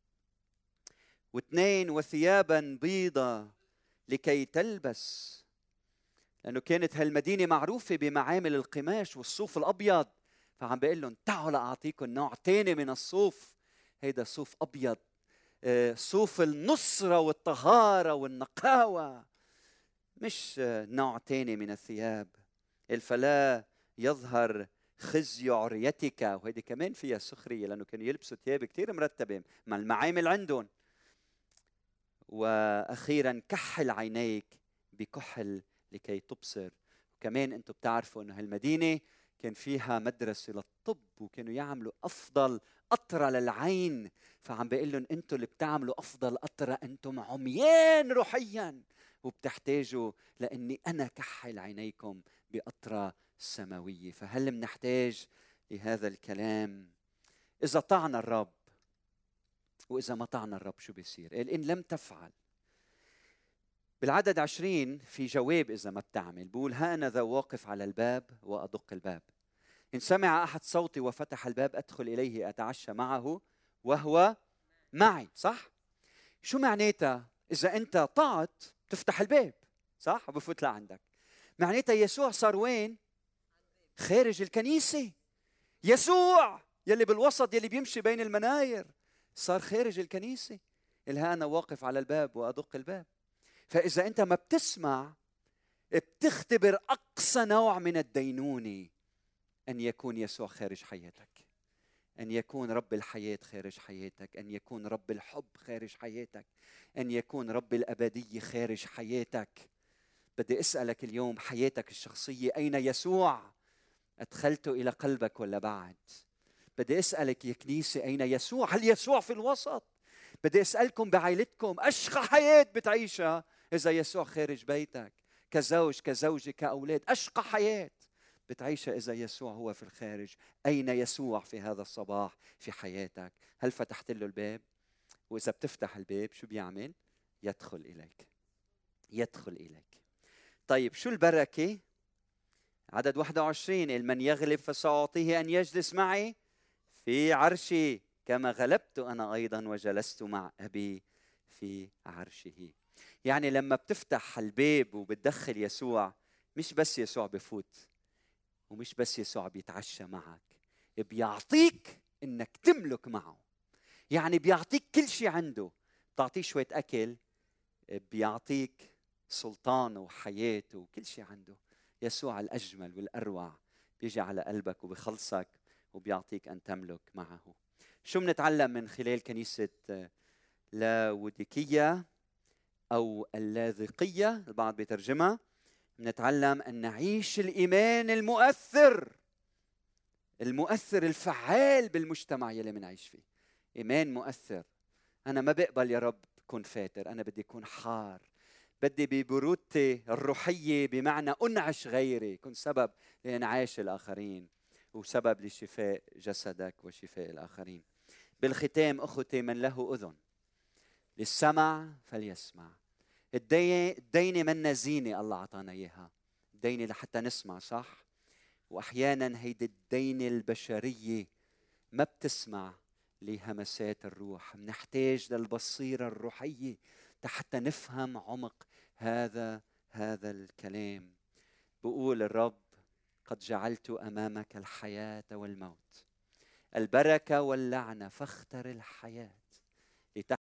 واثنين وثيابا بيضة لكي تلبس، لأنه كانت هالمدينة معروفة بمعامل القماش والصوف الأبيض. فعم بيقول لهم تعالوا لأعطيكم نوع تاني من الصوف، هيدا صوف أبيض، صوف النصرة والطهارة والنقاوة، مش نوع تاني من الثياب. فلا يظهر خزي عريتك، وهيدي كمان فيها سخرية لأنه كانوا يلبسوا ثياب كتير مرتبة مع المعامل عندهم. وأخيرا كحل عينيك بكحل لكي تبصر. وكمان أنتم بتعرفوا أنه هالمدينة كان فيها مدرسة للطب، وكانوا يعملوا أفضل قطرة للعين. فعم بيقول لهم أنتم اللي بتعملوا أفضل قطرة أنتم عميان روحيا، وبتحتاجوا لأني أنا كحل عينيكم بقطرة سماوية. فهل منحتاج لهذا الكلام؟ إذا طعنا الرب وإذا ما طعنا الرب شو بيصير؟ قال إن لم تفعل. بالعدد عشرين في جواب إذا ما بتعمل، بقول ها أنا ذا واقف على الباب وأدق الباب، إن سمع أحد صوتي وفتح الباب أدخل إليه أتعشى معه وهو معي. صح؟ شو معناتها؟ إذا أنت طعت تفتح الباب، صح؟ وبفوت لعندك. معناتها يسوع صار وين؟ خارج الكنيسة. يسوع يلي بالوسط يلي بيمشي بين المناير صار خارج الكنيسة. ها أنا واقف على الباب وأدق الباب. فإذا أنت ما بتسمع بتختبر أقصى نوع من الدينونة، أن يكون يسوع خارج حياتك. أن يكون رب الحياة خارج حياتك، أن يكون رب الحب خارج حياتك، أن يكون رب الأبدية خارج حياتك. بدي أسألك اليوم، حياتك الشخصية أين يسوع؟ أدخلته إلى قلبك ولا بعد؟ بدي أسألك يا كنيسة، أين يسوع؟ هل يسوع في الوسط؟ بدي أسألكم بعائلتكم، أشقى حياة بتعيشها إذا يسوع خارج بيتك، كزوج كزوجة كأولاد. أشقى حياة بتعيشها إذا يسوع هو في الخارج. أين يسوع في هذا الصباح في حياتك؟ هل فتحت له الباب؟ وإذا بتفتح الباب شو بيعمل؟ يدخل إليك، يدخل إليك. طيب شو البركة؟ عدد واحد وعشرين، من يغلب فسأعطيه أن يجلس معي في عرشي كما غلبت أنا أيضا وجلست مع أبي في عرشه. يعني لما بتفتح الباب وبتدخل يسوع، مش بس يسوع بفوت، ومش بس يسوع بيتعشى معك، بيعطيك إنك تملك معه. يعني بيعطيك كل شيء عنده. بتعطيه شوية أكل، بيعطيك سلطانه وحياته وكل شيء عنده. يسوع الأجمل والأروع بيجي على قلبك وبيخلصك وبيعطيك أن تملك معه. شو بنتعلم من خلال كنيسة لاوديكية أو اللاذقية؟ البعض بيترجمها. بنتعلم أن نعيش الإيمان المؤثر، المؤثر الفعال بالمجتمع يلي منعيش فيه. إيمان مؤثر. أنا ما بقبل يا رب كون فاتر، أنا بدي أكون حار. بدي ببرودتي الروحية بمعنى أنعش غيري، كن سبب لإنعاش الآخرين وسبب لشفاء جسدك وشفاء الآخرين. بالختام أخوتي، من له أذن للسمع فليسمع. الدينة الدينة منا زينة الله عطانا إياها، الدينة لحتى نسمع صح. وأحيانا هيدي الدينة البشرية ما بتسمع لهمسات الروح. نحتاج للبصيرة الروحية حتى نفهم عمق هذا هذا الكلام. بقول الرب: قد جعلت أمامك الحياة والموت، البركة واللعنة، فاختر الحياة.